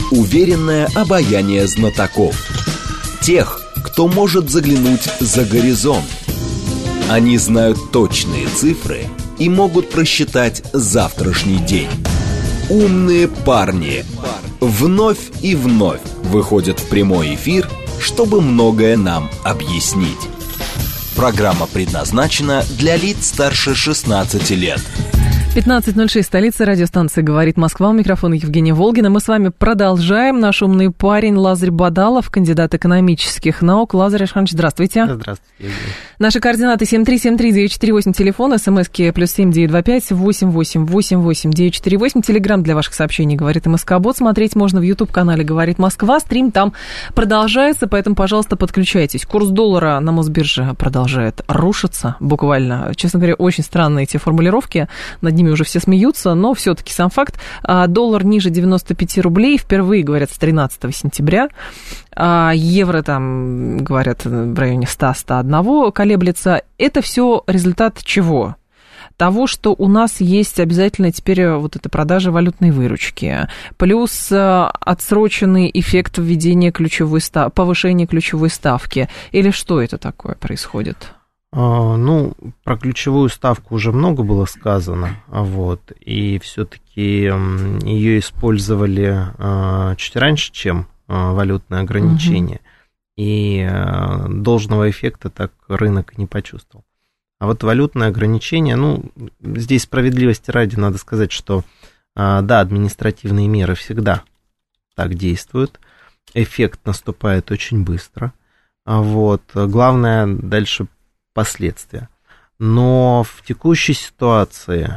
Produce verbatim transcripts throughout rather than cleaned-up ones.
Уверенное обаяние знатоков. Тех, кто может заглянуть за горизонт. Они знают точные цифры и могут просчитать завтрашний день. Умные парни вновь и вновь выходят в прямой эфир, чтобы многое нам объяснить. Программа предназначена для лиц старше шестнадцати лет. пятнадцать ноль шесть, столица, радиостанция «Говорит Москва». У микрофона Евгения Волгина. Мы с вами продолжаем. Наш умный парень Лазарь Бадалов, кандидат экономических наук. Лазарь Ашханович, здравствуйте. Здравствуйте, Евгения. Наши координаты семь три семь три девять четыре восемь, телефон, смски плюс семь девять два пять восемь восемь восемь восемь девять четыре восемь, телеграмм для ваших сообщений «Говорит МСК-бот». Смотреть можно в YouTube-канале «Говорит Москва». Стрим там продолжается, поэтому, пожалуйста, подключайтесь. Курс доллара на Мосбирже продолжает рушиться буквально. Честно говоря, очень странные эти формулировки. Над ними уже все смеются, но все-таки сам факт. Доллар ниже девяносто пять рублей, впервые, говорят, с тринадцатого сентября. Евро там, говорят, в районе сто - сто один колеблется. Это все результат чего? Того, что у нас есть обязательно теперь вот эта продажа валютной выручки, плюс отсроченный эффект введения ключевой ставки, повышения ключевой ставки. Или что это такое происходит? Ну, про ключевую ставку уже много было сказано, вот, и все-таки ее использовали чуть раньше, чем валютное ограничение, угу. и должного эффекта так рынок не почувствовал. А вот валютное ограничение, ну, здесь справедливости ради надо сказать, что, да, административные меры всегда так действуют, эффект наступает очень быстро, вот, главное дальше последствия. Но в текущей ситуации,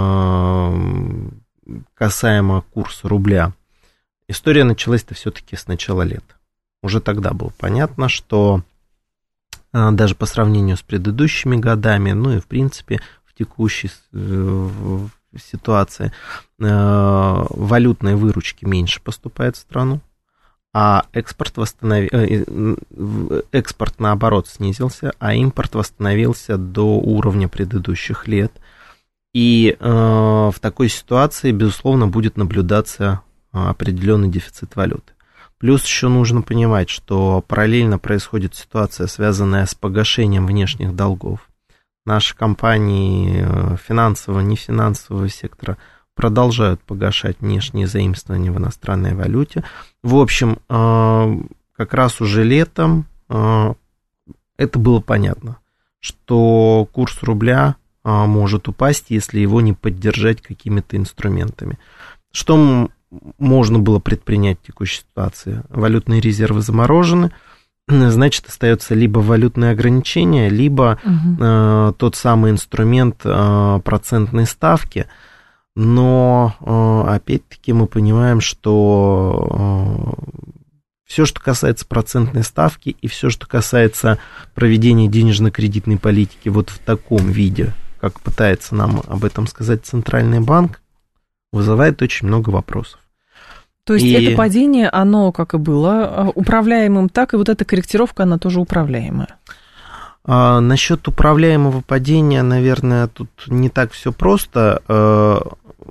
касаемо курса рубля, история началась-то все-таки с начала лета. Уже тогда было понятно, что даже по сравнению с предыдущими годами, ну и в принципе в текущей ситуации, валютной выручки меньше поступает в страну, а экспорт, восстанов... экспорт, наоборот, снизился, а импорт восстановился до уровня предыдущих лет. И э, в такой ситуации, безусловно, будет наблюдаться определенный дефицит валюты. Плюс еще нужно понимать, что параллельно происходит ситуация, связанная с погашением внешних долгов. Наши компании финансового, нефинансового сектора продолжают погашать внешние заимствования в иностранной валюте. В общем, как раз уже летом это было понятно, что курс рубля может упасть, если его не поддержать какими-то инструментами. Что можно было предпринять в текущей ситуации? Валютные резервы заморожены, значит, остается либо валютное ограничение, либо угу. тот самый инструмент процентной ставки. Но, опять-таки, мы понимаем, что все, что касается процентной ставки и все, что касается проведения денежно-кредитной политики вот в таком виде, как пытается нам об этом сказать Центральный банк, вызывает очень много вопросов. То есть и... это падение, оно, как и было, управляемым, так и вот эта корректировка, она тоже управляемая? А, насчет управляемого падения, наверное, тут не так все просто. А,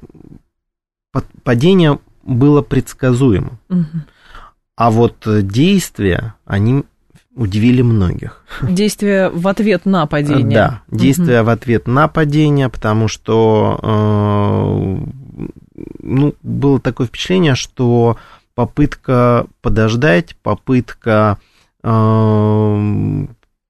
падение было предсказуемо. Угу. А вот действия, они удивили многих. Действия в ответ на падение. Да, действия угу. в ответ на падение, потому что э, ну, было такое впечатление, что попытка подождать, попытка э,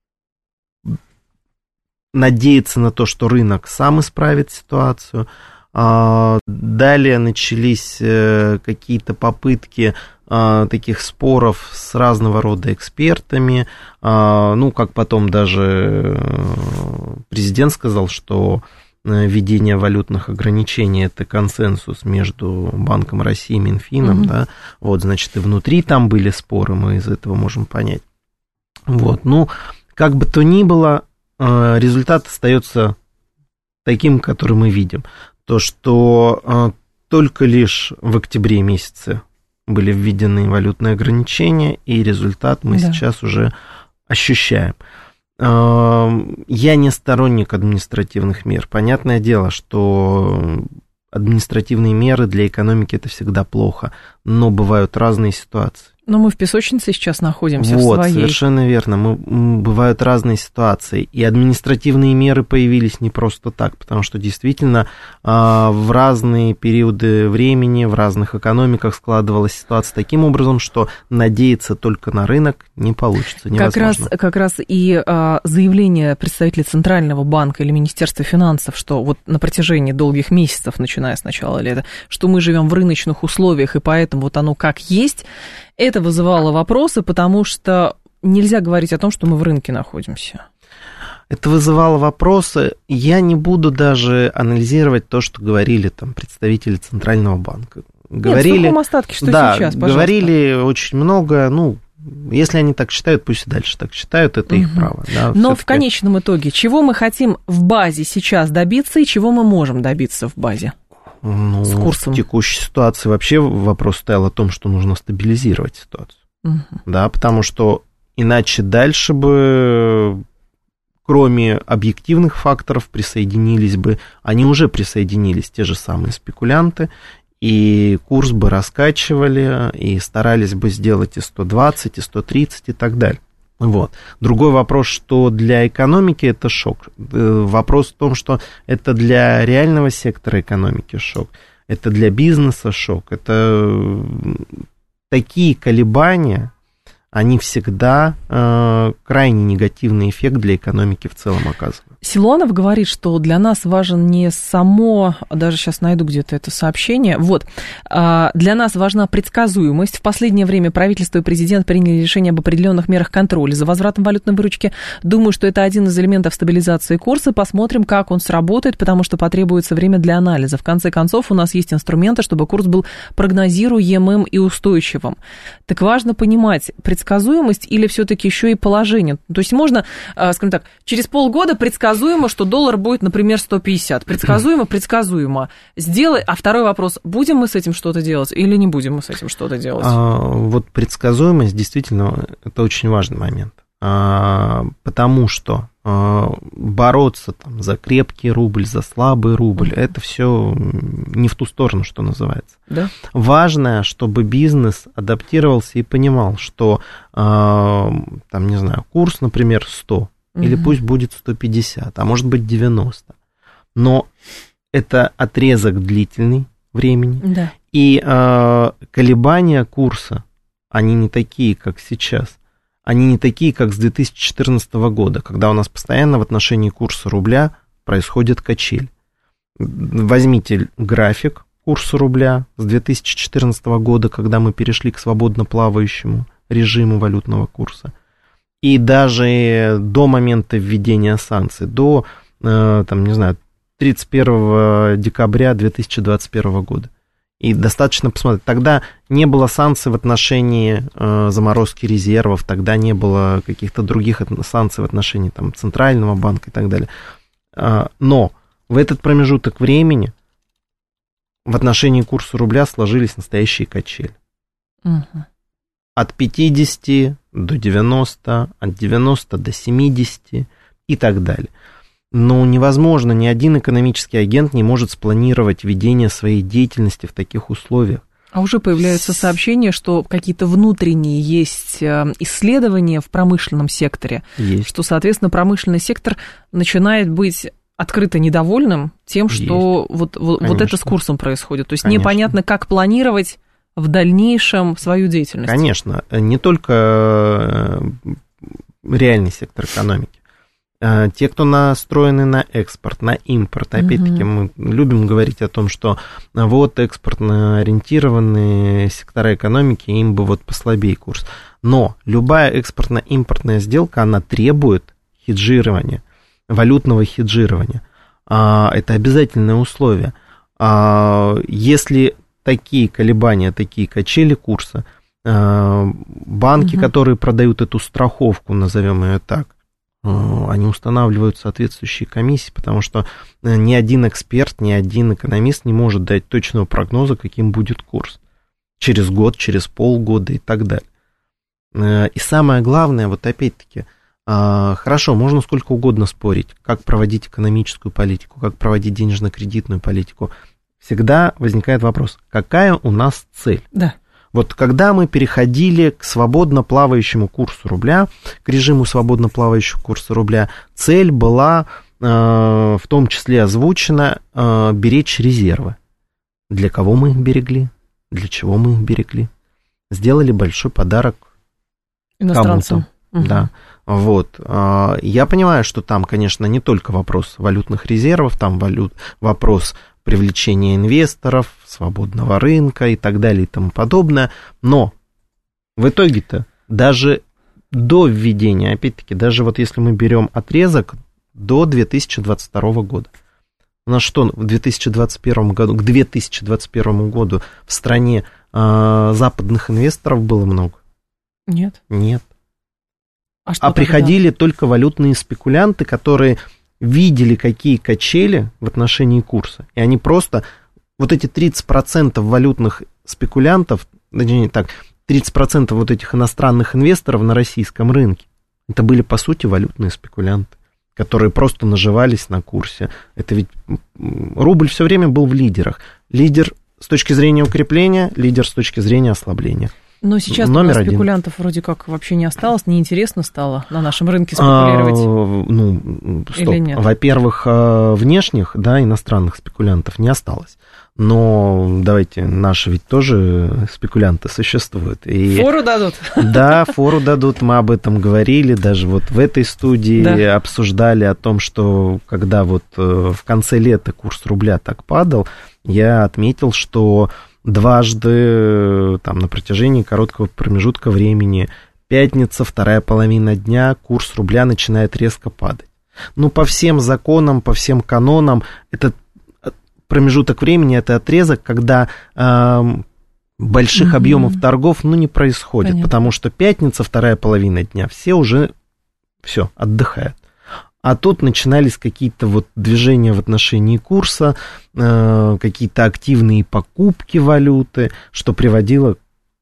надеяться на то, что рынок сам исправит ситуацию. Далее начались какие-то попытки таких споров с разного рода экспертами. Ну, как потом даже президент сказал, что введение валютных ограничений – это консенсус между Банком России и Минфином. Mm-hmm. Да? Вот, значит, и внутри там были споры, мы из этого можем понять. Вот, ну, как бы то ни было, результат остается таким, который мы видим. То, что э, только лишь в октябре месяце были введены валютные ограничения, и результат мы да. сейчас уже ощущаем. Э, я не сторонник административных мер. Понятное дело, что административные меры для экономики – это всегда плохо, но бывают разные ситуации. Но мы в песочнице сейчас находимся, вот, в своей. Совершенно верно. Мы, бывают разные ситуации. И административные меры появились не просто так, потому что действительно в разные периоды времени, в разных экономиках складывалась ситуация таким образом, что надеяться только на рынок не получится, невозможно. Как раз, как раз и а, заявление представителей Центрального банка или Министерства финансов, что вот на протяжении долгих месяцев, начиная с начала лета, что мы живем в рыночных условиях, и поэтому вот оно как есть, это вызывало вопросы, потому что нельзя говорить о том, что мы в рынке находимся. Это вызывало вопросы. Я не буду даже анализировать то, что говорили там представители Центрального банка. Говорили, Нет, в сухом остатке, что да, сейчас, пожалуйста. Говорили очень много, ну, если они так считают, пусть и дальше так считают, это угу. их право. Да, но всё-таки... в конечном итоге, чего мы хотим в базе сейчас добиться и чего мы можем добиться в базе? Ну, с курсом. В текущей ситуации вообще вопрос стоял о том, что нужно стабилизировать ситуацию. Угу. Да, потому что иначе дальше бы, кроме объективных факторов, присоединились бы, они уже присоединились, те же самые спекулянты, и курс бы раскачивали, и старались бы сделать и сто двадцать, и сто тридцать, и так далее. Вот. Другой вопрос, что для экономики это шок. Вопрос в том, что это для реального сектора экономики шок, это для бизнеса шок. Это такие колебания, они всегда э, крайне негативный эффект для экономики в целом оказывают. Силуанов говорит, что для нас важен не само, даже сейчас найду где-то это сообщение, вот, для нас важна предсказуемость. В последнее время правительство и президент приняли решение об определенных мерах контроля за возвратом валютной выручки. Думаю, что это один из элементов стабилизации курса. Посмотрим, как он сработает, потому что потребуется время для анализа. В конце концов, у нас есть инструменты, чтобы курс был прогнозируемым и устойчивым. Так важно понимать, предсказуемость или все-таки еще и положение. То есть можно, скажем так, через полгода предсказать, предсказуемо, что доллар будет, например, сто пятьдесят. Предсказуемо, предсказуемо. Сделай. А второй вопрос, будем мы с этим что-то делать или не будем мы с этим что-то делать? А, вот предсказуемость действительно это очень важный момент. А, потому что а, бороться там, за крепкий рубль, за слабый рубль, mm-hmm. это все не в ту сторону, что называется. Да? Важно, чтобы бизнес адаптировался и понимал, что а, там, не знаю, курс, например, сто. Или угу. пусть будет сто пятьдесят, а может быть девяносто. Но это отрезок длительный времени. Да. И э, колебания курса, они не такие, как сейчас. Они не такие, как с две тысячи четырнадцатого года, когда у нас постоянно в отношении курса рубля происходит качель. Возьмите график курса рубля с две тысячи четырнадцатого года, когда мы перешли к свободно плавающему режиму валютного курса. И даже до момента введения санкций, до, там, не знаю, тридцать первого декабря две тысячи двадцать первого года. И достаточно посмотреть. Тогда не было санкций в отношении заморозки резервов, тогда не было каких-то других санкций в отношении там, Центрального банка и так далее. Но в этот промежуток времени в отношении курса рубля сложились настоящие качели. Угу. От пятидесяти до девяноста, от девяноста до семидесяти и так далее. Но невозможно, ни один экономический агент не может спланировать ведение своей деятельности в таких условиях. А уже появляются сообщения, что какие-то внутренние есть исследования в промышленном секторе, есть. Что, соответственно, промышленный сектор начинает быть открыто недовольным тем, что вот, вот, вот это с курсом происходит. То есть Конечно. Непонятно, как планировать в дальнейшем свою деятельность. Конечно, не только реальный сектор экономики. Те, кто настроены на экспорт, на импорт, опять-таки угу. мы любим говорить о том, что вот экспортно ориентированные сектора экономики, им бы вот послабее курс. Но любая экспортно-импортная сделка, она требует хеджирования, валютного хеджирования. Это обязательное условие. Если такие колебания, такие качели курса, банки, угу. которые продают эту страховку, назовем ее так, они устанавливают соответствующие комиссии, потому что ни один эксперт, ни один экономист не может дать точного прогноза, каким будет курс через год, через полгода и так далее. И самое главное, вот опять-таки, хорошо, можно сколько угодно спорить, как проводить экономическую политику, как проводить денежно-кредитную политику. всегда возникает вопрос, какая у нас цель? Да. Вот когда мы переходили к свободно плавающему курсу рубля, к режиму свободно плавающего курса рубля, цель была э, в том числе озвучена э, беречь резервы. Для кого мы их берегли? Для чего мы их берегли? Сделали большой подарок иностранцам. Угу. Да. Вот. Я понимаю, что там, конечно, не только вопрос валютных резервов, там валют, вопрос привлечения инвесторов, свободного рынка и так далее и тому подобное, но в итоге-то даже до введения, опять-таки, даже вот если мы берем отрезок до две тысячи двадцать второго года, у нас что в две тысячи двадцать первом году, к две тысячи двадцать первому году в стране э, западных инвесторов было много? Нет. Нет. А, что а приходили только валютные спекулянты, которые видели, какие качели в отношении курса. И они просто, вот эти тридцать процентов валютных спекулянтов, не так, тридцать процентов вот этих иностранных инвесторов на российском рынке, это были, по сути, валютные спекулянты, которые просто наживались на курсе. Это ведь рубль все время был в лидерах. Лидер с точки зрения укрепления, лидер с точки зрения ослабления. Но сейчас у нас спекулянтов вроде как вообще не осталось, неинтересно стало на нашем рынке спекулировать. А, ну, стоп. Или нет? Во-первых, внешних, да, иностранных спекулянтов не осталось. Но давайте, наши ведь тоже спекулянты существуют. И, фору дадут? Да, фору дадут, мы об этом говорили, даже вот в этой студии да. обсуждали о том, что когда вот в конце лета курс рубля так падал, я отметил, что дважды там, на протяжении короткого промежутка времени, пятница, вторая половина дня, курс рубля начинает резко падать. Ну, по всем законам, по всем канонам, этот промежуток времени, это отрезок, когда э, больших mm-hmm. объемов торгов, ну, не происходит, Понятно. Потому что пятница, вторая половина дня, все уже, все, отдыхают. А тут начинались какие-то вот движения в отношении курса, э, какие-то активные покупки валюты, что приводило к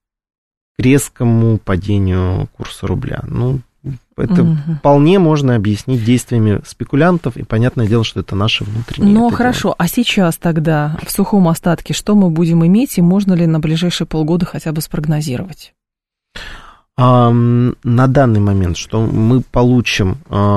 резкому падению курса рубля. Ну, это угу. вполне можно объяснить действиями спекулянтов, и понятное дело, что это наши внутренние. Ну, хорошо, дело. А сейчас тогда в сухом остатке что мы будем иметь, и можно ли на ближайшие полгода хотя бы спрогнозировать? На данный момент, что мы получим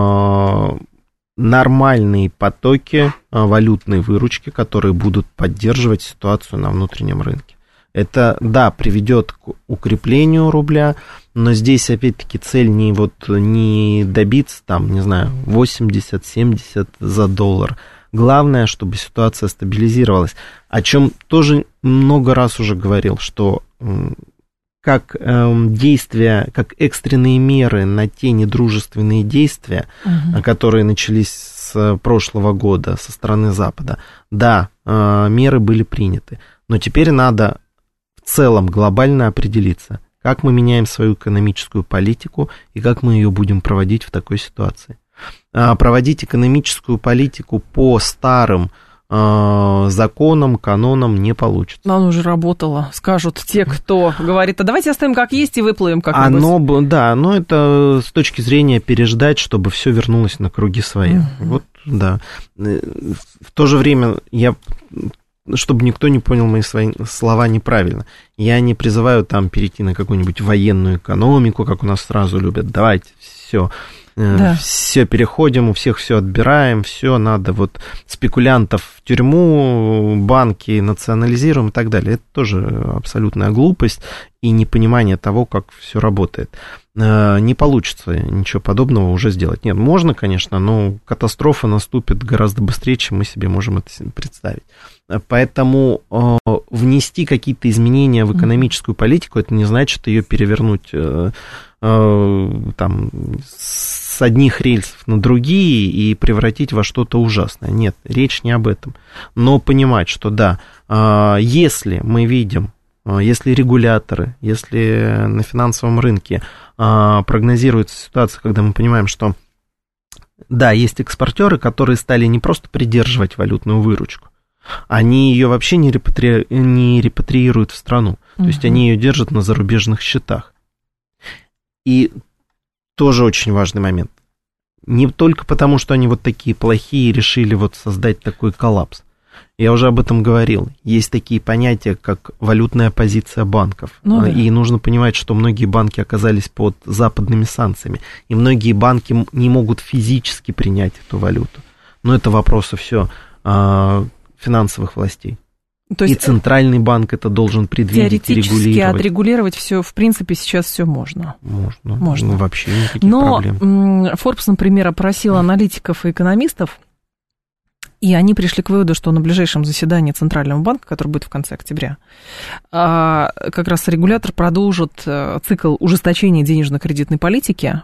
нормальные потоки валютной выручки, которые будут поддерживать ситуацию на внутреннем рынке. Это, да, приведет к укреплению рубля, но здесь, опять-таки, цель не, вот, не добиться, там, не знаю, восемьдесят-семьдесят за доллар. Главное, чтобы ситуация стабилизировалась. О чем тоже много раз уже говорил, что как э, действия, как экстренные меры на те недружественные действия, угу. которые начались с прошлого года со стороны Запада, да, э, меры были приняты, но теперь надо в целом глобально определиться, как мы меняем свою экономическую политику и как мы ее будем проводить в такой ситуации. Э, проводить экономическую политику по старым законам, канонам не получится. Но оно уже работало, скажут те, кто говорит, а давайте оставим как есть и выплывем как-нибудь. Оно, да, но это с точки зрения переждать, чтобы все вернулось на круги своя. Uh-huh. Вот, да. В то же время я, чтобы никто не понял мои свои слова неправильно, я не призываю там перейти на какую-нибудь военную экономику, как у нас сразу любят, давайте все. Да. Все переходим, у всех все отбираем, все надо, вот спекулянтов в тюрьму, банки национализируем и так далее. Это тоже абсолютная глупость и непонимание того, как все работает. Не получится ничего подобного уже сделать. Нет, можно, конечно, но катастрофа наступит гораздо быстрее, чем мы себе можем это представить. Поэтому внести какие-то изменения в экономическую политику, это не значит ее перевернуть там с одних рельсов на другие и превратить во что-то ужасное. Нет, речь не об этом. Но понимать, что да, если мы видим, если регуляторы, если на финансовом рынке прогнозируется ситуация, когда мы понимаем, что да, есть экспортеры, которые стали не просто придерживать валютную выручку, они ее вообще не, репатри... не репатриируют в страну. Uh-huh. То есть они ее держат на зарубежных счетах. И тоже очень важный момент. Не только потому, что они вот такие плохие и решили вот создать такой коллапс. Я уже об этом говорил. Есть такие понятия, как валютная позиция банков. Ну, да. И нужно понимать, что многие банки оказались под западными санкциями. И многие банки не могут физически принять эту валюту. Но это вопросы все финансовых властей. То есть и центральный банк это должен предвидеть и регулировать. Теоретически отрегулировать все, в принципе, сейчас все можно. Можно. Можно. Ну, вообще никаких Но проблем. Forbes, например, опросил аналитиков и экономистов, и они пришли к выводу, что на ближайшем заседании Центрального банка, которое будет в конце октября, как раз регулятор продолжит цикл ужесточения денежно-кредитной политики.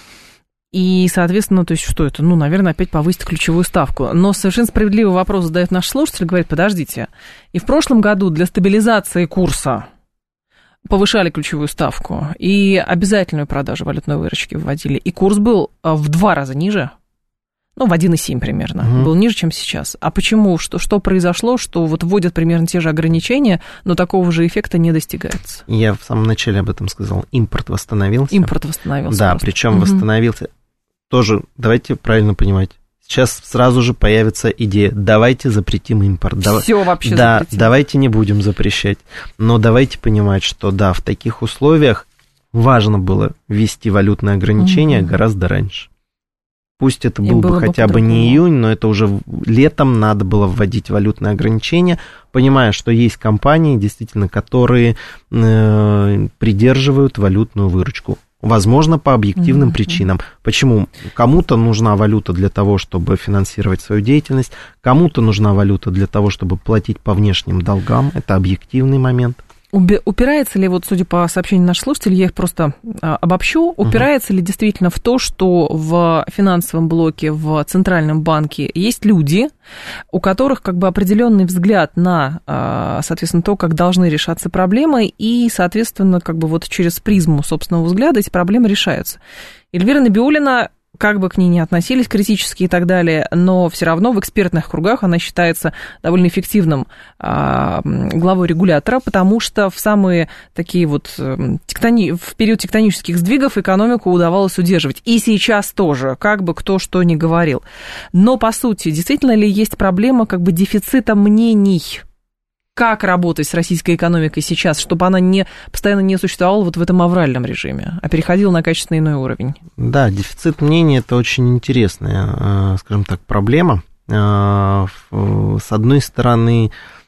И, соответственно, то есть что это? Ну, наверное, опять повысить ключевую ставку. Но совершенно справедливый вопрос задает наш слушатель, говорит, подождите, и в прошлом году для стабилизации курса повышали ключевую ставку, и обязательную продажу валютной выручки вводили, и курс был в два раза ниже, ну, в один и семь примерно, угу. был ниже, чем сейчас. А почему? Что, что произошло, что вот вводят примерно те же ограничения, но такого же эффекта не достигается? Я в самом начале об этом сказал. Импорт восстановился. Импорт восстановился. Да, просто. причем угу. восстановился... Тоже, давайте правильно понимать, сейчас сразу же появится идея, давайте запретим импорт. Все вообще да, запретим. Давайте не будем запрещать, но давайте понимать, что да, в таких условиях важно было ввести валютные ограничения угу. гораздо раньше. Пусть это был бы хотя бы не июнь, но это уже летом надо было вводить валютные ограничения, понимая, что есть компании, действительно, которые э, придерживают валютную выручку. Возможно, по объективным mm-hmm. причинам. Почему? Кому-то нужна валюта для того, чтобы финансировать свою деятельность, кому-то нужна валюта для того, чтобы платить по внешним долгам. Это объективный момент. Упирается ли, вот судя по сообщению наших слушателей, я их просто а, обобщу, упирается uh-huh. ли действительно в то, что в финансовом блоке, в Центральном банке есть люди, у которых как бы определенный взгляд на, а, соответственно, то, как должны решаться проблемы, и, соответственно, как бы вот через призму собственного взгляда эти проблемы решаются. Эльвира Набиуллина, как бы к ней ни относились критически и так далее, но все равно в экспертных кругах она считается довольно эффективным а, главой регулятора, потому что в самые такие вот тектони... в период тектонических сдвигов экономику удавалось удерживать. И сейчас тоже, как бы кто что ни говорил. Но, по сути, действительно ли есть проблема как бы дефицита мнений? Как работать с российской экономикой сейчас, чтобы она не, постоянно не существовала вот в этом авральном режиме, а переходила на качественно иной уровень? Да, дефицит мнений – это очень интересная, скажем так, проблема. С одной стороны,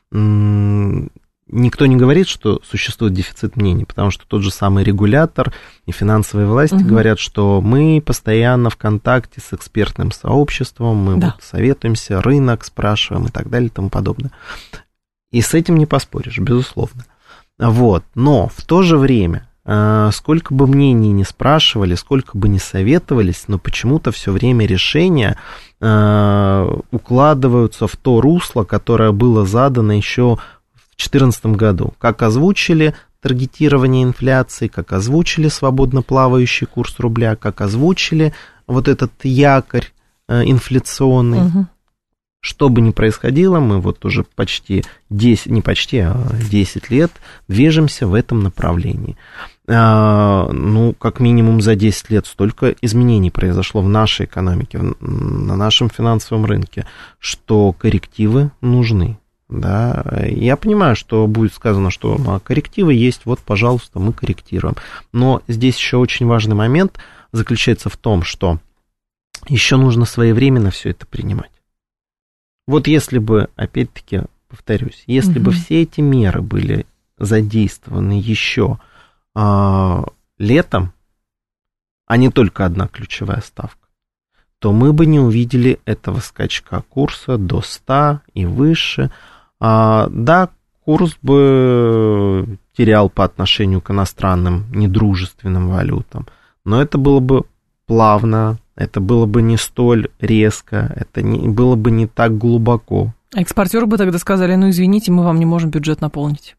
никто не говорит, что существует дефицит мнений, потому что тот же самый регулятор и финансовые власти угу. говорят, что мы постоянно в контакте с экспертным сообществом, мы да. вот советуемся, рынок спрашиваем и так далее и тому подобное. И с этим не поспоришь, безусловно. Вот. Но в то же время, сколько бы мнений ни спрашивали, сколько бы ни советовались, но почему-то все время решения укладываются в то русло, которое было задано еще в две тысячи четырнадцатом году. Как озвучили таргетирование инфляции, как озвучили свободно плавающий курс рубля, как озвучили вот этот якорь инфляционный. Угу. Что бы ни происходило, мы вот уже почти десять, не почти, а десять лет движемся в этом направлении. А, ну, как минимум за десять лет столько изменений произошло в нашей экономике, на нашем финансовом рынке, что коррективы нужны. Да? Я понимаю, что будет сказано, что ну, коррективы есть, вот, пожалуйста, мы корректируем. Но здесь еще очень важный момент заключается в том, что еще нужно своевременно все это принимать. Вот если бы, опять-таки, повторюсь, если угу. бы все эти меры были задействованы еще э, летом, а не только одна ключевая ставка, то мы бы не увидели этого скачка курса до ста и выше. А, да, курс бы терял по отношению к иностранным недружественным валютам, но это было бы плавно, это было бы не столь резко, это не, было бы не так глубоко. А экспортеры бы тогда сказали, ну, извините, мы вам не можем бюджет наполнить.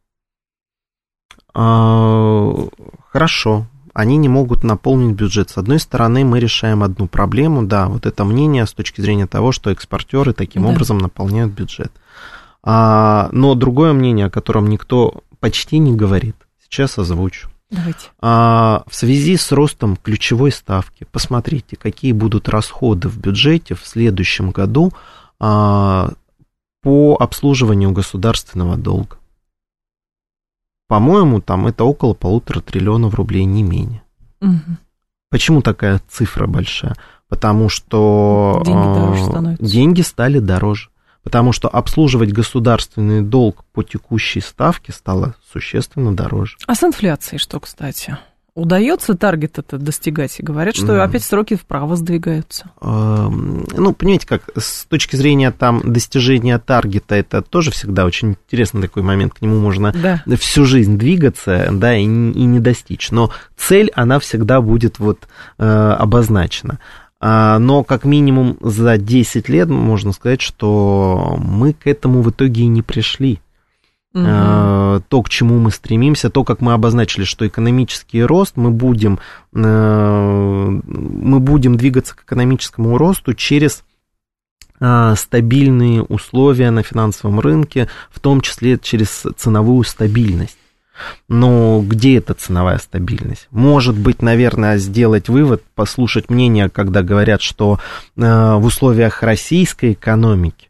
А, хорошо, они не могут наполнить бюджет. С одной стороны, мы решаем одну проблему, да, вот это мнение с точки зрения того, что экспортеры таким да. образом наполняют бюджет. А, но другое мнение, о котором никто почти не говорит, сейчас озвучу. Давайте. А, в связи с ростом ключевой ставки, посмотрите, какие будут расходы в бюджете в следующем году а, по обслуживанию государственного долга. По-моему, там это около полутора триллионов рублей, не менее. Угу. Почему такая цифра большая? Потому что деньги дороже становятся. Деньги стали дороже. Потому что обслуживать государственный долг по текущей ставке стало существенно дороже. А с инфляцией что, кстати? Удается таргет это достигать? И говорят, что mm. опять сроки вправо сдвигаются. Ну, понимаете, как с точки зрения там достижения таргета, это тоже всегда очень интересный такой момент. К нему можно да. всю жизнь двигаться, да, и, и не достичь. Но цель, она всегда будет вот э, обозначена. Но как минимум за десять лет можно сказать, что мы к этому в итоге и не пришли. Угу. То, к чему мы стремимся, то, как мы обозначили, что экономический рост, мы будем, мы будем двигаться к экономическому росту через стабильные условия на финансовом рынке, в том числе через ценовую стабильность. Но где эта ценовая стабильность? Может быть, наверное, сделать вывод, послушать мнение, когда говорят, что в условиях российской экономики,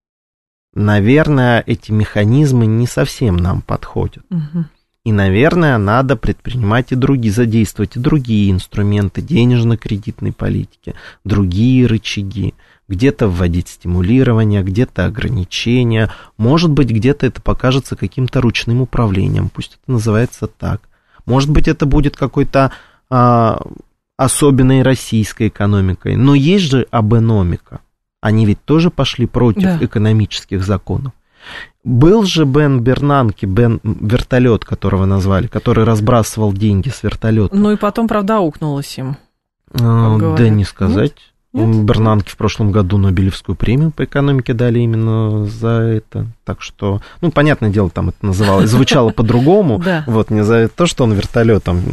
наверное, эти механизмы не совсем нам подходят. Угу. И, наверное, надо предпринимать и другие, задействовать и другие инструменты денежно-кредитной политики, другие рычаги. Где-то вводить стимулирование, где-то ограничения. Может быть, где-то это покажется каким-то ручным управлением. Пусть это называется так. Может быть, это будет какой-то а, особенной российской экономикой. Но есть же абэномика. Они ведь тоже пошли против да. экономических законов. Был же Бен Бернанке, Бен вертолет, которого назвали, который разбрасывал деньги с вертолета. Ну и потом, правда, аукнулось им. А, да не сказать. Нет? Бернанке в прошлом году Нобелевскую премию по экономике дали именно за это. Так что, ну, понятное дело, там это называлось, звучало по-другому. Вот, не за то, что он вертолетом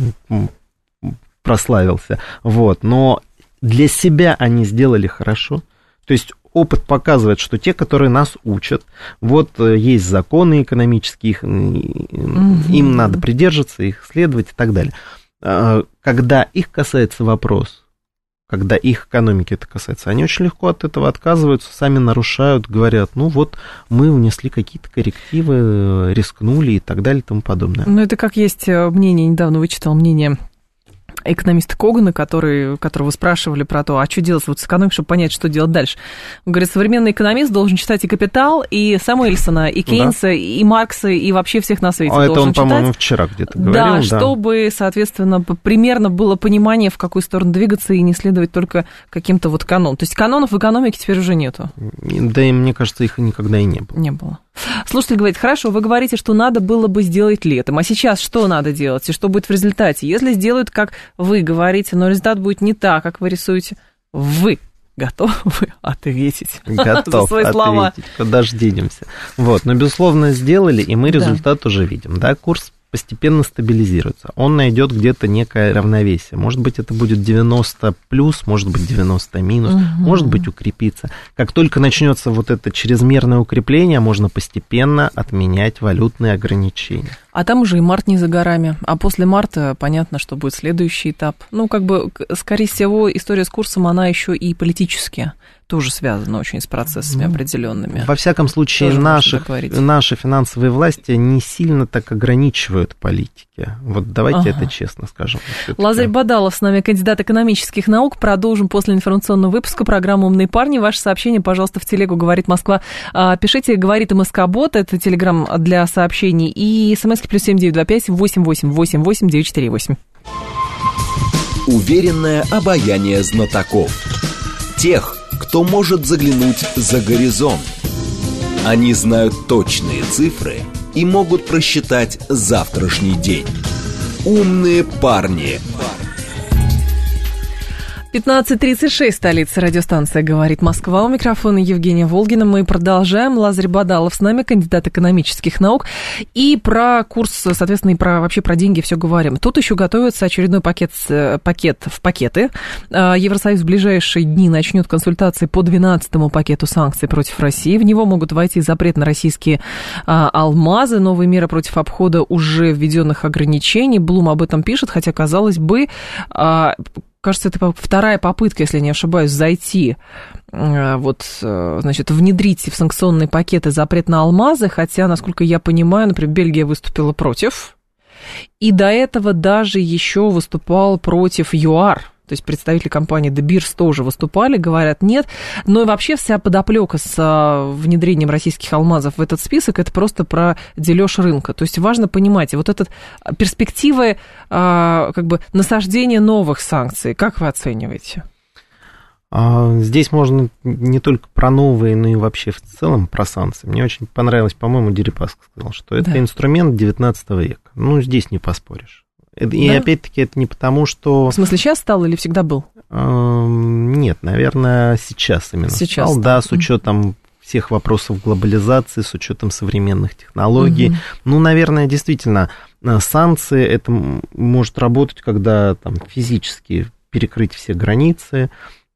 прославился. Вот, но для себя они сделали хорошо. То есть опыт показывает, что те, которые нас учат, вот есть законы экономические, их, им надо придерживаться, их следовать и так далее. Когда их касается вопрос, когда их экономики это касается, они очень легко от этого отказываются, сами нарушают, говорят, ну вот мы внесли какие-то коррективы, рискнули и так далее и тому подобное. Ну это как есть мнение, недавно вычитал мнение экономиста Когана, который, которого вы спрашивали про то, а что делать вот с экономикой, чтобы понять, что делать дальше. Он говорит, современный экономист должен читать и «Капитал», и Самуэльсона, и Кейнса, да. и Маркса, и вообще всех на свете. А это он, читать. По-моему, вчера где-то говорил. Да, да, чтобы, соответственно, примерно было понимание, в какую сторону двигаться, и не следовать только каким-то вот канонам. То есть канонов в экономике теперь уже нету. Да, и мне кажется, их никогда и не было. Не было. Слушатель говорит, хорошо, вы говорите, что надо было бы сделать летом, а сейчас что надо делать, и что будет в результате? Если сделают, как вы говорите, но результат будет не так, как вы рисуете, вы готовы ответить Готов за свои слова? Ответить, куда же денемся. Вот, но, безусловно, сделали, и мы результат да. уже видим, да, курс постепенно стабилизируется, он найдет где-то некое равновесие, может быть, это будет девяносто плюс, может быть, девяносто минус, угу. может быть, укрепится. Как только начнется вот это чрезмерное укрепление, можно постепенно отменять валютные ограничения. А там уже и март не за горами, а после марта понятно, что будет следующий этап. Ну, как бы, скорее всего, история с курсом, она еще и политически тоже связана очень с процессами ну, определенными. Во всяком случае, наши, наши финансовые власти не сильно так ограничивают политики. Вот давайте ага. это честно скажем. Лазарь Бадалов с нами, кандидат экономических наук. Продолжим после информационного выпуска программы «Умные парни». Ваше сообщение, пожалуйста, в телегу «Говорит Москва». Пишите «Говорит МСК-бот», это телеграм для сообщений, и смс плюс семь девять два пять восемь восемь восемь восемь девять четыре восемь. Уверенное обаяние знатоков. Тех, кто может заглянуть за горизонт. Они знают точные цифры и могут просчитать завтрашний день. Умные парни. пятнадцать тридцать шесть, столица, радиостанция «Говорит Москва». У микрофона Евгения Волгина. Мы продолжаем. Лазарь Бадалов с нами, кандидат экономических наук. И про курс, соответственно, и про, вообще про деньги все говорим. Тут еще готовится очередной пакет, пакет в пакеты. Евросоюз в ближайшие дни начнет консультации по двенадцатому пакету санкций против России. В него могут войти запрет на российские алмазы, новые меры против обхода уже введенных ограничений. Блум об этом пишет, хотя, казалось бы, кажется, это вторая попытка, если не ошибаюсь, зайти, вот, значит, внедрить в санкционные пакеты запрет на алмазы, хотя, насколько я понимаю, например, Бельгия выступила против, и до этого даже еще выступал против ЮАР. То есть представители компании De Beers тоже выступали, говорят нет. Но и вообще вся подоплека с внедрением российских алмазов в этот список, это просто про дележ рынка. То есть важно понимать, вот эта перспективы как бы насаждения новых санкций, как вы оцениваете? Здесь можно не только про новые, но и вообще в целом про санкции. Мне очень понравилось, по-моему, Дерипаска сказал, что это да. инструмент девятнадцатого века. Ну, здесь не поспоришь. И да? опять-таки это не потому, что... В смысле, сейчас стал или всегда был? Нет, наверное, сейчас именно сейчас стал. Да, с учетом всех вопросов глобализации, с учетом современных технологий. Угу. Ну, наверное, действительно, санкции, это может работать, когда там физически перекрыть все границы.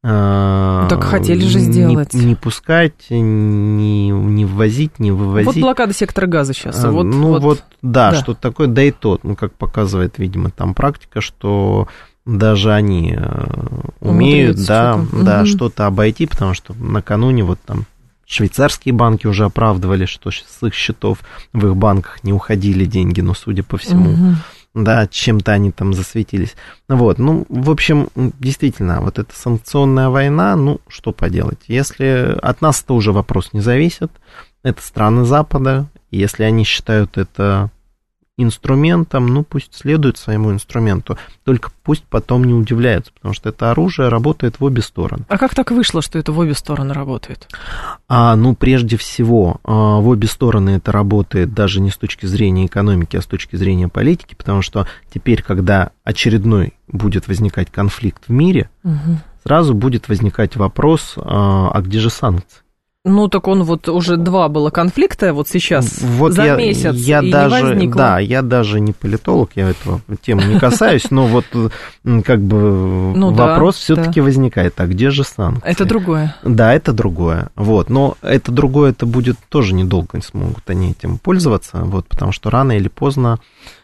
Так хотели же сделать. Не, не пускать, не, не ввозить, не вывозить. Вот блокада сектора газа сейчас. А, вот, ну вот, вот да, да, что-то такое, да и тот, ну как показывает, видимо, там практика, что даже они умеют, да, что-то. да, угу. что-то обойти, потому что накануне вот там швейцарские банки уже оправдывали, что с их счетов в их банках не уходили деньги, но, судя по всему, угу. да, чем-то они там засветились. Вот, ну, в общем, действительно, вот эта санкционная война, ну, что поделать. Если от нас-то уже вопрос не зависит, это страны Запада, если они считают это инструментом, ну, пусть следуют своему инструменту, только пусть потом не удивляются, потому что это оружие работает в обе стороны. А как так вышло, что это в обе стороны работает? А, ну, прежде всего, в обе стороны это работает даже не с точки зрения экономики, а с точки зрения политики, потому что теперь, когда очередной будет возникать конфликт в мире, угу. сразу будет возникать вопрос, а где же санкции? Ну, так он вот уже два было конфликта вот сейчас вот за я, месяц, я и даже, не возникло. Да, я даже не политолог, я этого темы не касаюсь, но вот как бы ну, вопрос да, все-таки да. возникает, а где же санкции? Это другое. Да, это другое, вот, но это другое, это будет тоже недолго, не смогут они этим пользоваться, вот, потому что рано или поздно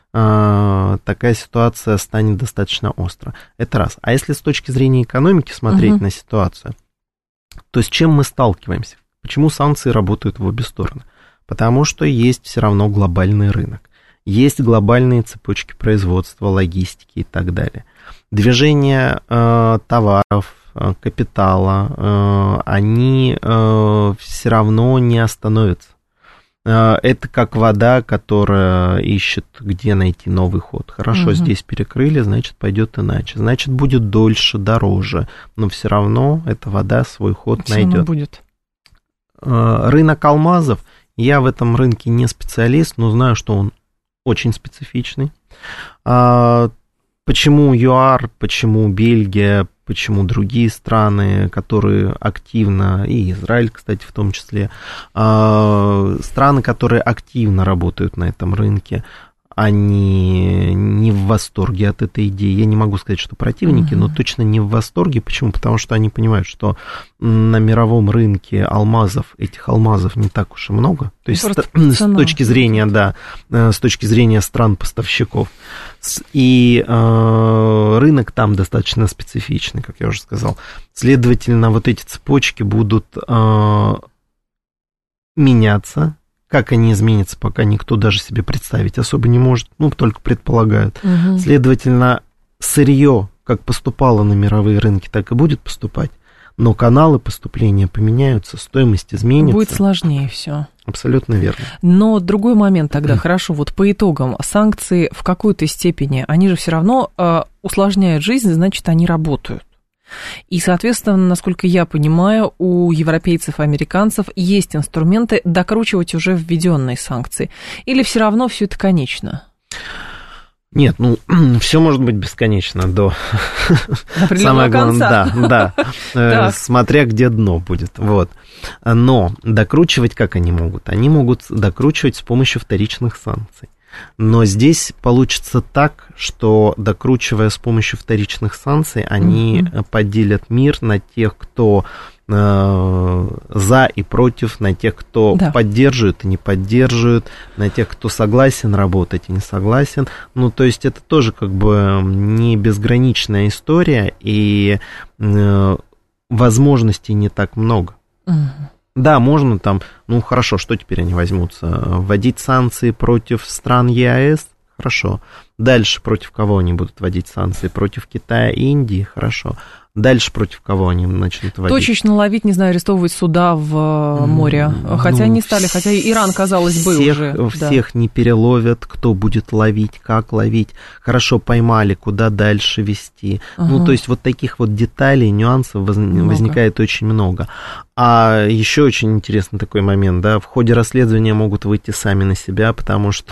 э, такая ситуация станет достаточно остро. Это раз. А если с точки зрения экономики смотреть угу. на ситуацию, то с чем мы сталкиваемся? Почему санкции работают в обе стороны? Потому что есть все равно глобальный рынок. Есть глобальные цепочки производства, логистики и так далее. Движение э, товаров, э, капитала, э, они э, все равно не остановятся. Э, это как вода, которая ищет, где найти новый ход. Хорошо, угу. здесь перекрыли, значит, пойдет иначе. Значит, будет дольше, дороже. Но все равно эта вода свой ход все найдет. Будет. Рынок алмазов, я в этом рынке не специалист, но знаю, что он очень специфичный. Почему ЮАР, почему Бельгия, почему другие страны, которые активно, и Израиль, кстати, в том числе, страны, которые активно работают на этом рынке, они не в восторге от этой идеи. Я не могу сказать, что противники, uh-huh. но точно не в восторге. Почему? Потому что они понимают, что на мировом рынке алмазов, этих алмазов не так уж и много. То есть с, с точки зрения, да, с точки зрения стран-поставщиков. И э, рынок там достаточно специфичный, как я уже сказал. Следовательно, вот эти цепочки будут э, меняться. Как они изменятся, пока никто даже себе представить особо не может, ну, только предполагают. Угу. Следовательно, сырье, как поступало на мировые рынки, так и будет поступать, но каналы поступления поменяются, стоимость изменится. Будет сложнее все. Абсолютно верно. Но другой момент тогда, хорошо, вот по итогам, санкции в какой-то степени, они же все равно э, усложняют жизнь, значит, они работают. И, соответственно, насколько я понимаю, у европейцев и американцев есть инструменты докручивать уже введенные санкции. Или все равно все это конечно? Нет, ну, все может быть бесконечно до самое главное, да, да, смотря где дно будет, вот. Но докручивать как они могут? Они могут докручивать с помощью вторичных санкций. Но здесь получится так, что, докручивая с помощью вторичных санкций, они mm-hmm. поделят мир на тех, кто за и против, на тех, кто да. поддерживает и не поддерживает, на тех, кто согласен работать и не согласен. Ну, то есть это тоже как бы не безграничная история, и возможностей не так много. Угу. Да, можно там, ну хорошо, что теперь они возьмутся? Вводить санкции против стран ЕАЭС? Хорошо. Дальше против кого они будут вводить санкции? Против Китая и Индии? Хорошо. Дальше против кого они начнут вводить? Точечно ловить, не знаю, арестовывать суда в море. Хотя ну, не стали, хотя Иран, казалось бы, всех, уже. Всех да. не переловят, кто будет ловить, как ловить. Хорошо, поймали, куда дальше вести. Ага. Ну, то есть вот таких вот деталей, нюансов воз... возникает очень много. А еще очень интересный такой момент, да, в ходе расследования могут выйти сами на себя, потому что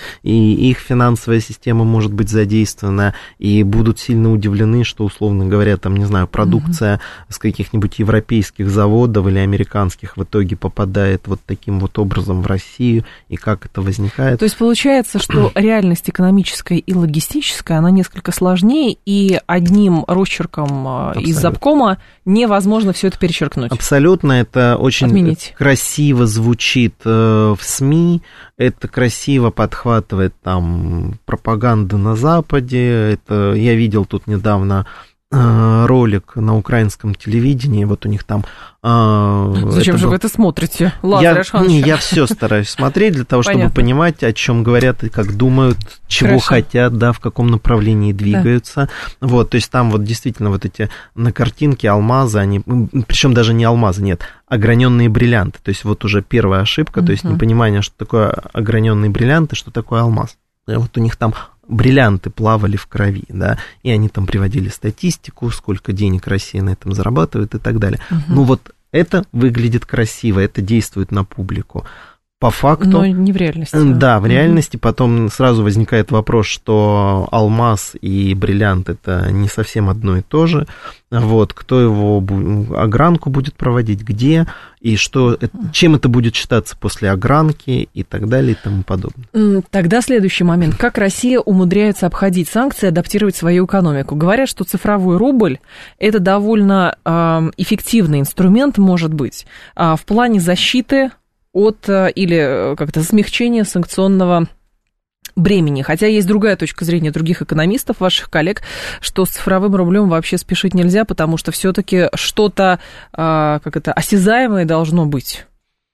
и их финансовая система может быть задействована, и будут сильно удивлены, что, условно говоря, там, не знаю, продукция mm-hmm. с каких-нибудь европейских заводов или американских в итоге попадает вот таким вот образом в Россию, и как это возникает. То есть получается, что реальность экономическая и логистическая, она несколько сложнее, и одним росчерком Абсолютно. Из Забкома невозможно все это перечеркнуть. Абсолютно. Это очень Отменить. красиво звучит э, в СМИ, это красиво подхватывает там пропаганда на Западе. Это я видел тут недавно э, ролик на украинском телевидении, вот у них там... Э, Зачем же был... вы это смотрите, Лазарь Ашханович? Я, я все стараюсь смотреть для того, чтобы Понятно. Понимать, о чем говорят и как думают, чего Хорошо. Хотят, да, в каком направлении двигаются. Да. Вот, то есть там вот действительно вот эти на картинке алмазы, они, причем даже не алмазы, нет, ограненные бриллианты. То есть вот уже первая ошибка, uh-huh. то есть непонимание, что такое ограненные бриллианты, что такое алмаз. И вот у них там бриллианты плавали в крови, да, и они там приводили статистику, сколько денег Россия на этом зарабатывает и так далее. Uh-huh. Ну вот это выглядит красиво, это действует на публику. По факту... Но не в реальности. Да, в реальности. Mm-hmm. Потом сразу возникает вопрос, что алмаз и бриллиант – это не совсем одно и то же. Вот, кто его огранку будет проводить, где, и что, чем это будет считаться после огранки и так далее и тому подобное. Тогда следующий момент. Как Россия умудряется обходить санкции, адаптировать свою экономику? Говорят, что цифровой рубль – это довольно э, эффективный инструмент, может быть, э, в плане защиты от или как-то смягчения санкционного бремени. Хотя есть другая точка зрения других экономистов, ваших коллег, что с цифровым рублем вообще спешить нельзя, потому что все-таки что-то, как это, осязаемое должно быть.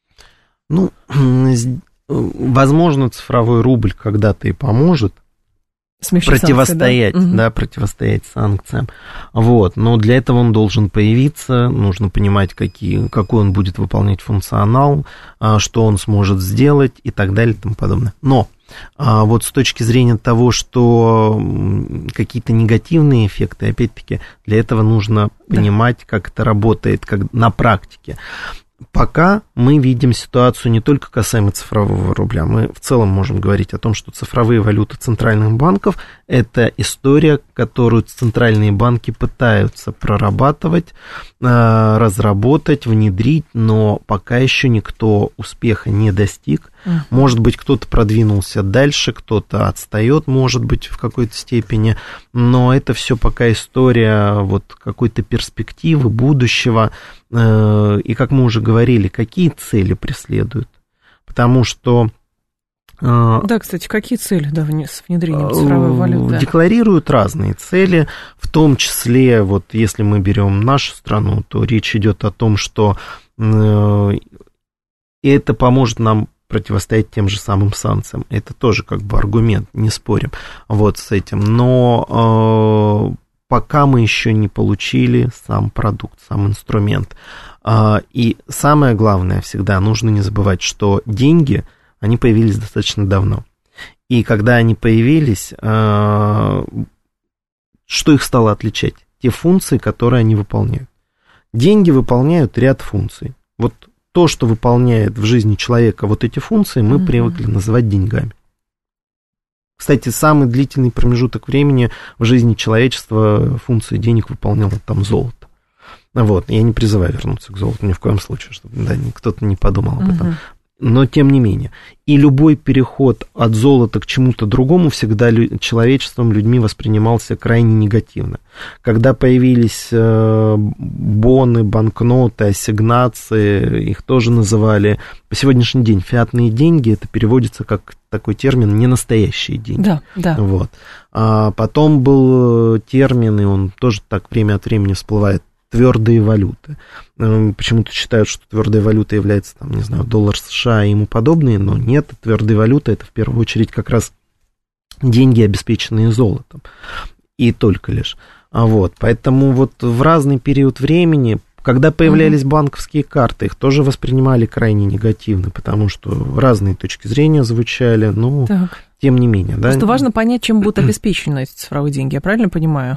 Ну, возможно, цифровой рубль когда-то и поможет Смешать противостоять, санкции, да? Да, противостоять санкциям. Вот. Но для этого он должен появиться, нужно понимать, какие, какой он будет выполнять функционал, что он сможет сделать и так далее и тому подобное. Но вот с точки зрения того, что какие-то негативные эффекты, опять-таки, для этого нужно понимать, да. как это работает как на практике. Пока мы видим ситуацию не только касаемо цифрового рубля, мы в целом можем говорить о том, что цифровые валюты центральных банков – это история, которую центральные банки пытаются прорабатывать, разработать, внедрить, но пока еще никто успеха не достиг. Uh-huh. Может быть, кто-то продвинулся дальше, кто-то отстает, может быть, в какой-то степени, но это все пока история вот какой-то перспективы, будущего. И, как мы уже говорили, какие цели преследуют. Потому что... Да, кстати, какие цели, да, с внедрением цифровой валюты? Декларируют разные цели, в том числе, вот если мы берем нашу страну, то речь идет о том, что это поможет нам противостоять тем же самым санкциям. Это тоже как бы аргумент, не спорим вот с этим. Но пока мы еще не получили сам продукт, сам инструмент. И самое главное всегда, нужно не забывать, что деньги, они появились достаточно давно. И когда они появились, что их стало отличать? Те функции, которые они выполняют. Деньги выполняют ряд функций. Вот то, что выполняет в жизни человека вот эти функции, мы mm-hmm. привыкли называть деньгами. Кстати, самый длительный промежуток времени в жизни человечества функции денег выполняло там золото. Вот, я не призываю вернуться к золоту ни в коем случае, чтобы да, кто-то не подумал об этом. Uh-huh. Но тем не менее. И любой переход от золота к чему-то другому всегда лю- человечеством, людьми воспринимался крайне негативно. Когда появились э, боны, банкноты, ассигнации, их тоже называли по сегодняшний день фиатные деньги, это переводится как такой термин «ненастоящие деньги». Да, да. Вот. А потом был термин, и он тоже так время от времени всплывает, твердые валюты. Почему-то считают, что твердая валюта является, там, не знаю, доллар США и ему подобные, но нет, твердая валюта — это в первую очередь как раз деньги, обеспеченные золотом, и только лишь. Вот, поэтому вот в разный период времени, когда появлялись mm-hmm. банковские карты, их тоже воспринимали крайне негативно, потому что разные точки зрения звучали, но так. тем не менее. Просто да? важно понять, чем будут обеспечены эти цифровые деньги, я правильно понимаю?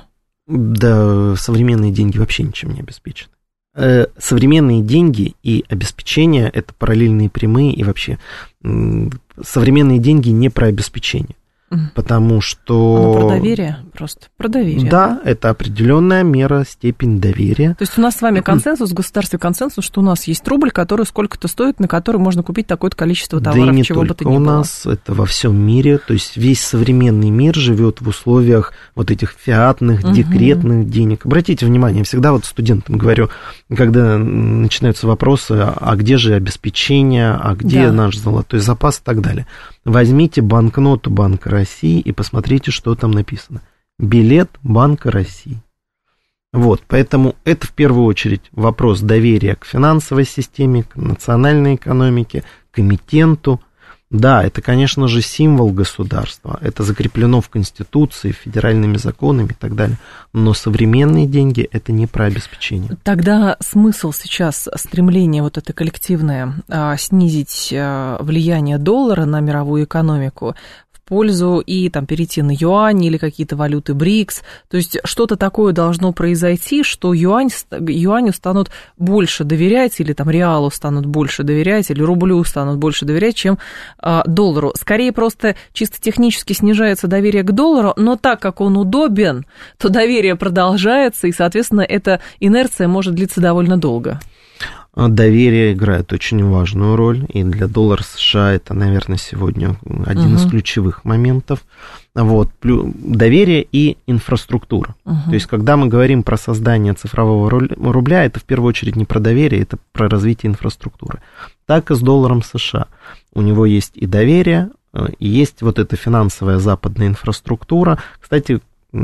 Да, современные деньги вообще ничем не обеспечены. Современные деньги и обеспечение — это параллельные прямые, и вообще современные деньги не про обеспечение. Потому что... Оно про доверие просто, про доверие. Да, это определенная мера, степень доверия. То есть у нас с вами консенсус, в государстве консенсус, что у нас есть рубль, который сколько-то стоит, на который можно купить такое-то количество товаров, да и не чего только бы то ни у было. нас, это во всем мире, то есть весь современный мир живет в условиях вот этих фиатных, угу. декретных денег. Обратите внимание, я всегда вот студентам говорю, когда начинаются вопросы, а где же обеспечение, а где да. наш золотой запас и так далее. Возьмите банкноту Банка России и посмотрите, что там написано. Билет Банка России. Вот, поэтому это в первую очередь вопрос доверия к финансовой системе, к национальной экономике, к эмитенту. Да, это, конечно же, символ государства, это закреплено в Конституции, федеральными законами и так далее, но современные деньги — это не про обеспечение. Тогда смысл сейчас, стремление вот это коллективное, снизить влияние доллара на мировую экономику в пользу и там перейти на юань или какие-то валюты БРИКС, то есть что-то такое должно произойти, что юань, юаню станут больше доверять, или там реалу станут больше доверять, или рублю станут больше доверять, чем а, доллару. Скорее просто чисто технически снижается доверие к доллару, но так как он удобен, то доверие продолжается, и, соответственно, эта инерция может длиться довольно долго. Доверие играет очень важную роль, и для доллара США это, наверное, сегодня один uh-huh. из ключевых моментов. Вот. Доверие и инфраструктура. Uh-huh. То есть, когда мы говорим про создание цифрового рубля, это в первую очередь не про доверие, это про развитие инфраструктуры. Так и с долларом США. У него есть и доверие, и есть вот эта финансовая западная инфраструктура. Кстати,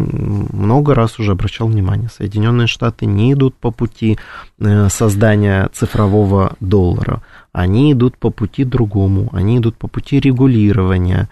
много раз уже обращал внимание, Соединенные Штаты не идут по пути создания цифрового доллара, они идут по пути другому, они идут по пути регулирования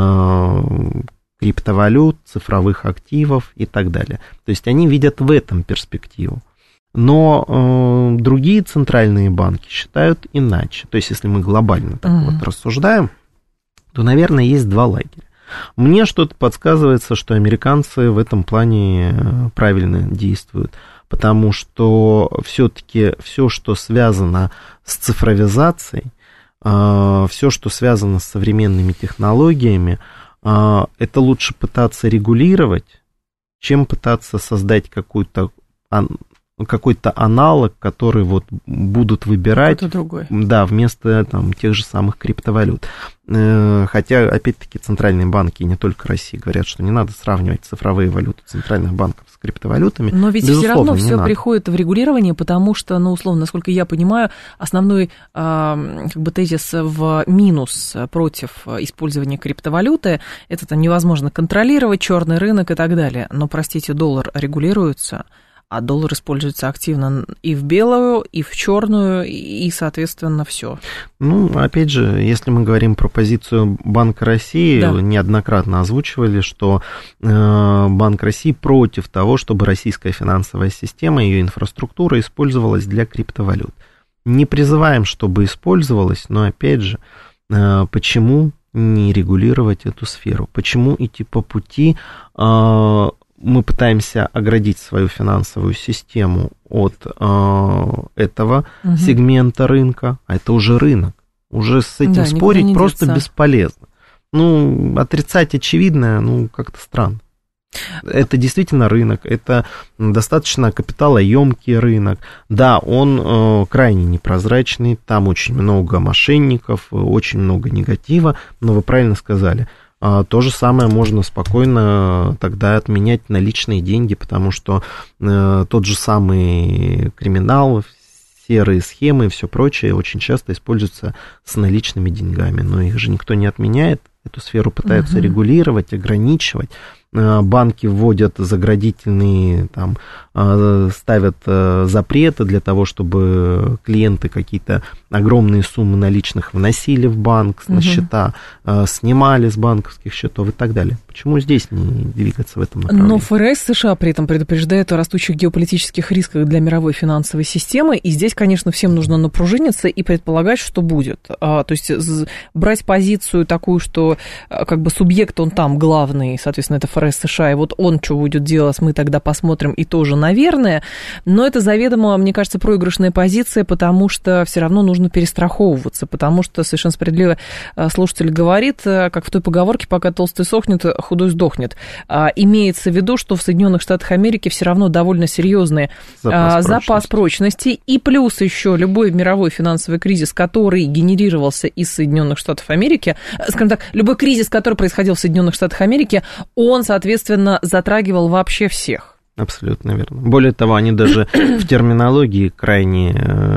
криптовалют, цифровых активов и так далее. То есть они видят в этом перспективу. Но э, другие центральные банки считают иначе. То есть если мы глобально так uh-huh. вот рассуждаем, то, наверное, есть два лагеря. Мне что-то подсказывается, что американцы в этом плане правильно действуют, потому что все-таки все, что связано с цифровизацией, все, что связано с современными технологиями, это лучше пытаться регулировать, чем пытаться создать какую-то какой-то аналог, который вот будут выбирать, да, вместо там, тех же самых криптовалют. Хотя, опять-таки, центральные банки, не только России, говорят, что не надо сравнивать цифровые валюты центральных банков с криптовалютами. Но ведь все равно все надо. приходит в регулирование, потому что, ну, условно, насколько я понимаю, основной как бы тезис в минус против использования криптовалюты — это там невозможно контролировать, черный рынок и так далее. Но, простите, доллар регулируется, а доллар используется активно и в белую, и в черную, и, соответственно, все. Ну, опять же, если мы говорим про позицию Банка России, да. неоднократно озвучивали, что э, Банк России против того, чтобы российская финансовая система, ее инфраструктура использовалась для криптовалют. Не призываем, чтобы использовалась, но, опять же, э, почему не регулировать эту сферу? Почему идти по пути... Э, мы пытаемся оградить свою финансовую систему от э, этого угу. сегмента рынка, а это уже рынок. Уже с этим да, спорить просто деться. Бесполезно. Ну, отрицать очевидное, ну, как-то странно. Это действительно рынок, это достаточно капиталоемкий рынок. Да, он э, крайне непрозрачный, там очень много мошенников, очень много негатива, но вы правильно сказали. А, то же самое можно спокойно тогда отменять наличные деньги, потому что э, тот же самый криминал, серые схемы и все прочее очень часто используются с наличными деньгами, но их же никто не отменяет, эту сферу пытаются uh-huh. регулировать, ограничивать. Банки вводят заградительные, там, ставят запреты для того, чтобы клиенты какие-то огромные суммы наличных вносили в банк на угу. счета, снимали с банковских счетов и так далее. Почему здесь не двигаться в этом направлении? Но ФРС США при этом предупреждает о растущих геополитических рисках для мировой финансовой системы, и здесь, конечно, всем нужно напружиниться и предполагать, что будет. То есть брать позицию такую, что как бы субъект, он там главный, соответственно, это ФРС США, и вот он что будет делать, мы тогда посмотрим, и тоже, наверное, но это заведомо, мне кажется, проигрышная позиция, потому что все равно нужно перестраховываться, потому что совершенно справедливо слушатель говорит, как в той поговорке, пока толстый сохнет, худой сдохнет. Имеется в виду, что в Соединенных Штатах Америки все равно довольно серьезный запас, запас прочности, и плюс еще любой мировой финансовый кризис, который генерировался из Соединенных Штатов Америки, скажем так, любой кризис, который происходил в Соединенных Штатах Америки, он, соответственно, затрагивал вообще всех. Абсолютно верно. Более того, они даже в терминологии крайне,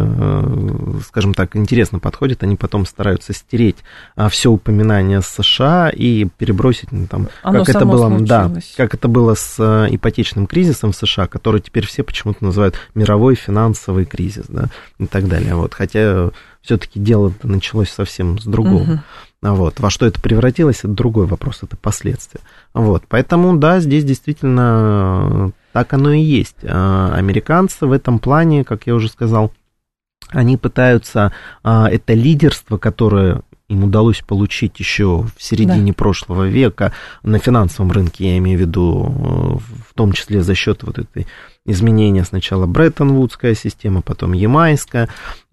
скажем так, интересно подходят. Они потом стараются стереть все упоминания США и перебросить, ну, там, как это было, да, как это было с ипотечным кризисом в США, который теперь все почему-то называют мировой финансовый кризис, да, и так далее. Вот. Хотя все-таки дело началось совсем с другого. Uh-huh. Вот. Во что это превратилось, это другой вопрос, это последствия. Вот. Поэтому, да, здесь действительно так оно и есть. Американцы в этом плане, как я уже сказал, они пытаются это лидерство, которое им удалось получить еще в середине да. прошлого века на финансовом рынке, я имею в виду, в том числе за счет вот этой изменения сначала Бреттон-Вудская система, потом Ямайская.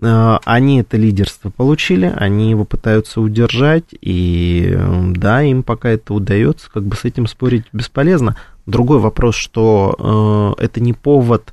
Они это лидерство получили, они его пытаются удержать, и да, им пока это удается, как бы с этим спорить бесполезно. Другой вопрос, что э, это не повод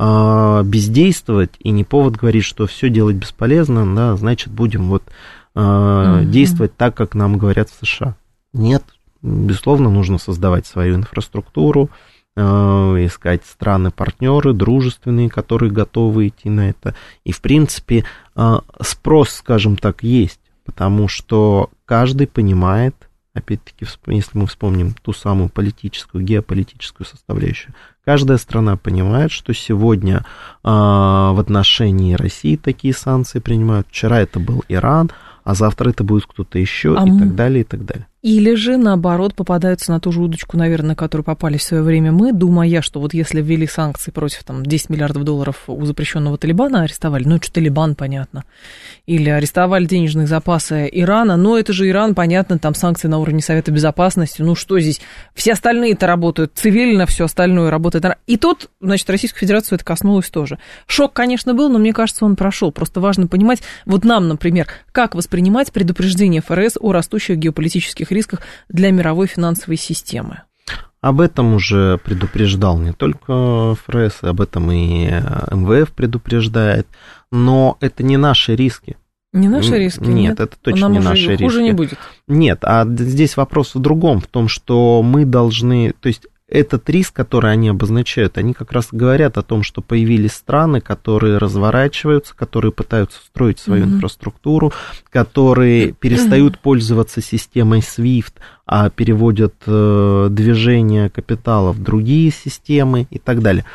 э, бездействовать и не повод говорить, что все делать бесполезно, да, значит, будем вот э, mm-hmm. действовать так, как нам говорят в США. Нет, безусловно, нужно создавать свою инфраструктуру, э, искать страны-партнеры, дружественные, которые готовы идти на это. И, в принципе, э, спрос, скажем так, есть, потому что каждый понимает, опять-таки, если мы вспомним ту самую политическую, геополитическую составляющую, каждая страна понимает, что сегодня э, в отношении России такие санкции принимают. Вчера это был Иран, а завтра это будет кто-то еще, а и мы... так далее, и так далее. Или же, наоборот, попадаются на ту же удочку, наверное, на которую попали в свое время мы, думая, что вот если ввели санкции против там, десять миллиардов долларов у запрещенного Талибана, арестовали, ну, это Талибан, понятно, или арестовали денежные запасы Ирана, но это же Иран, понятно, там санкции на уровне Совета Безопасности, ну, что здесь, все остальные-то работают цивильно, все остальное работает. И тут, значит, Российскую Федерацию это коснулось тоже. Шок, конечно, был, но мне кажется, он прошел. Просто важно понимать, вот нам, например, как воспринимать предупреждение ФРС о растущих геополитических рисках для мировой финансовой системы. Об этом уже предупреждал не только ФРС, об этом и эм вэ эф предупреждает, но это не наши риски. Не наши риски? Нет, нет, это точно нам не уже наши риски. Хуже не будет. Нет, а здесь вопрос в другом, в том, что мы должны, то есть этот риск, который они обозначают, они как раз говорят о том, что появились страны, которые разворачиваются, которые пытаются строить свою mm-hmm. инфраструктуру, которые перестают mm-hmm. пользоваться системой свифт, а переводят э, движение капитала в другие системы и так далее.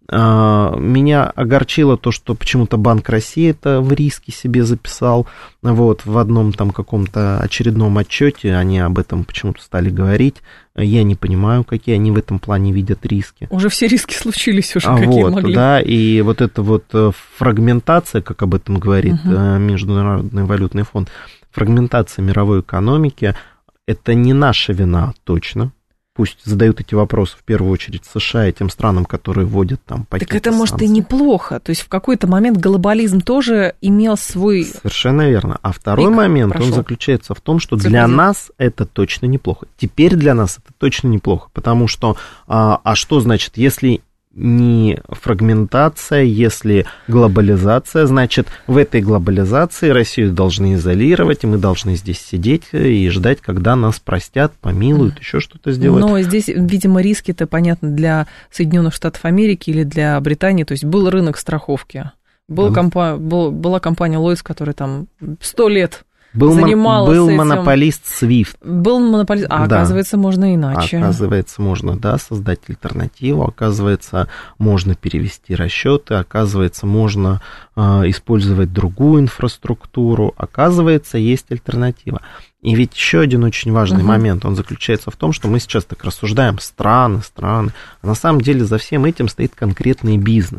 Э, меня огорчило то, что почему-то Банк России это в риски себе записал. Вот, в одном там каком-то очередном отчете они об этом почему-то стали говорить. Я не понимаю, какие они в этом плане видят риски. Уже все риски случились, уже а какие вот, могли. Да, и вот эта вот фрагментация, как об этом говорит uh-huh. Международный валютный фонд, фрагментация мировой экономики, это не наша вина, точно. пусть задают эти вопросы в первую очередь США и тем странам, которые вводят там пакеты Так это, может, санкций. и неплохо. То есть в какой-то момент глобализм тоже имел свой... Совершенно верно. А второй пик момент, прошел. он заключается в том, что Цифры для дел. нас это точно неплохо. Теперь для нас это точно неплохо, потому что, а, а что значит, если не фрагментация, если глобализация, значит, в этой глобализации Россию должны изолировать, и мы должны здесь сидеть и ждать, когда нас простят, помилуют, еще что-то сделают. Но здесь, видимо, риски-то, понятно, для Соединенных Штатов Америки или для Британии. То есть был рынок страховки. Был Mm. компа- был, была компания Lloyds, которая там сто лет Был, мон- занималась был этим. монополист свифт. Был монополист. А, Да. оказывается, можно иначе. Оказывается, можно, да, создать альтернативу, оказывается, можно перевести расчеты, оказывается, можно э, использовать другую инфраструктуру, оказывается, есть альтернатива. И ведь еще один очень важный Угу. момент, он заключается в том, что мы сейчас так рассуждаем, страны, страны, а на самом деле за всем этим стоит конкретный бизнес.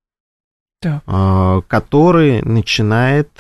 Так. Который начинает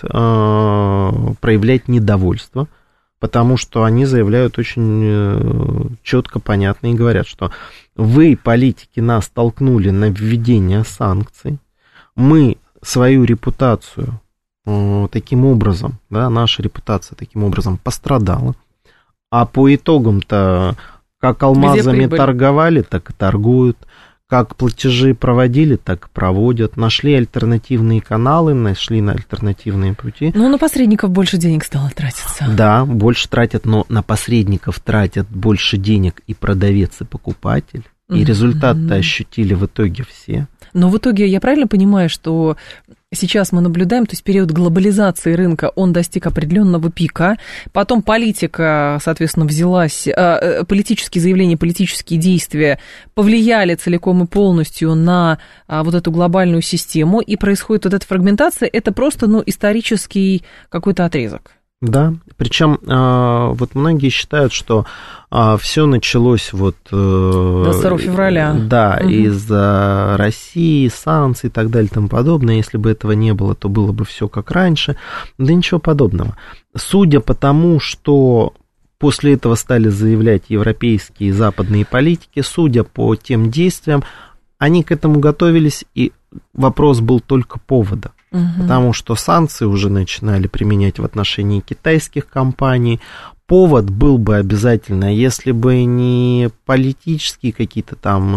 э, проявлять недовольство, потому что они заявляют очень э, четко, понятно и говорят, что вы, политики, нас толкнули на введение санкций, мы свою репутацию э, таким образом, да, наша репутация таким образом пострадала, а по итогам-то как алмазами торговали, так и торгуют. Как платежи проводили, так и проводят. Нашли альтернативные каналы, нашли на альтернативные пути. Ну, на посредников больше денег стало тратиться. Да, больше тратят, но на посредников тратят больше денег и продавец, и покупатель. И mm-hmm. результат-то ощутили в итоге все. Но в итоге я правильно понимаю, что сейчас мы наблюдаем, то есть период глобализации рынка, он достиг определенного пика, потом политика, соответственно, взялась, политические заявления, политические действия повлияли целиком и полностью на вот эту глобальную систему, и происходит вот эта фрагментация, это просто, ну, исторический какой-то отрезок. Да, причем вот многие считают, что все началось вот... двадцать второго февраля. Да, угу. из-за России, санкций и так далее и тому подобное. Если бы этого не было, то было бы все как раньше. Да ничего подобного. Судя по тому, что после этого стали заявлять европейские и западные политики, судя по тем действиям, они к этому готовились, и вопрос был только повода. Угу. Потому что санкции уже начинали применять в отношении китайских компаний. Повод был бы обязательно, если бы не политические какие-то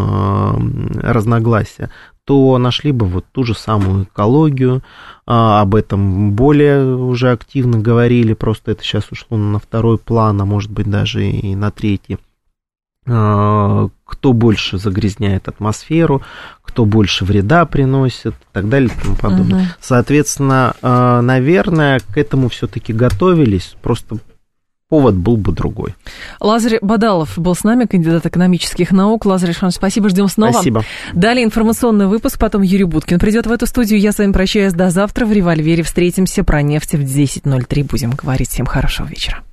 там э, разногласия, то нашли бы вот ту же самую экологию, э, об этом более уже активно говорили, просто это сейчас ушло на второй план, а может быть даже и на третий. Кто больше загрязняет атмосферу, кто больше вреда приносит и так далее и тому подобное. Угу. Соответственно, наверное, к этому все-таки готовились, просто повод был бы другой. Лазарь Бадалов был с нами, кандидат экономических наук. Лазарь Александрович, спасибо, ждем снова. Спасибо. Далее информационный выпуск, потом Юрий Буткин придет в эту студию. Я с вами прощаюсь до завтра. В «Револьвере» встретимся. Про нефть в десять ноль три будем говорить. Всем хорошего вечера.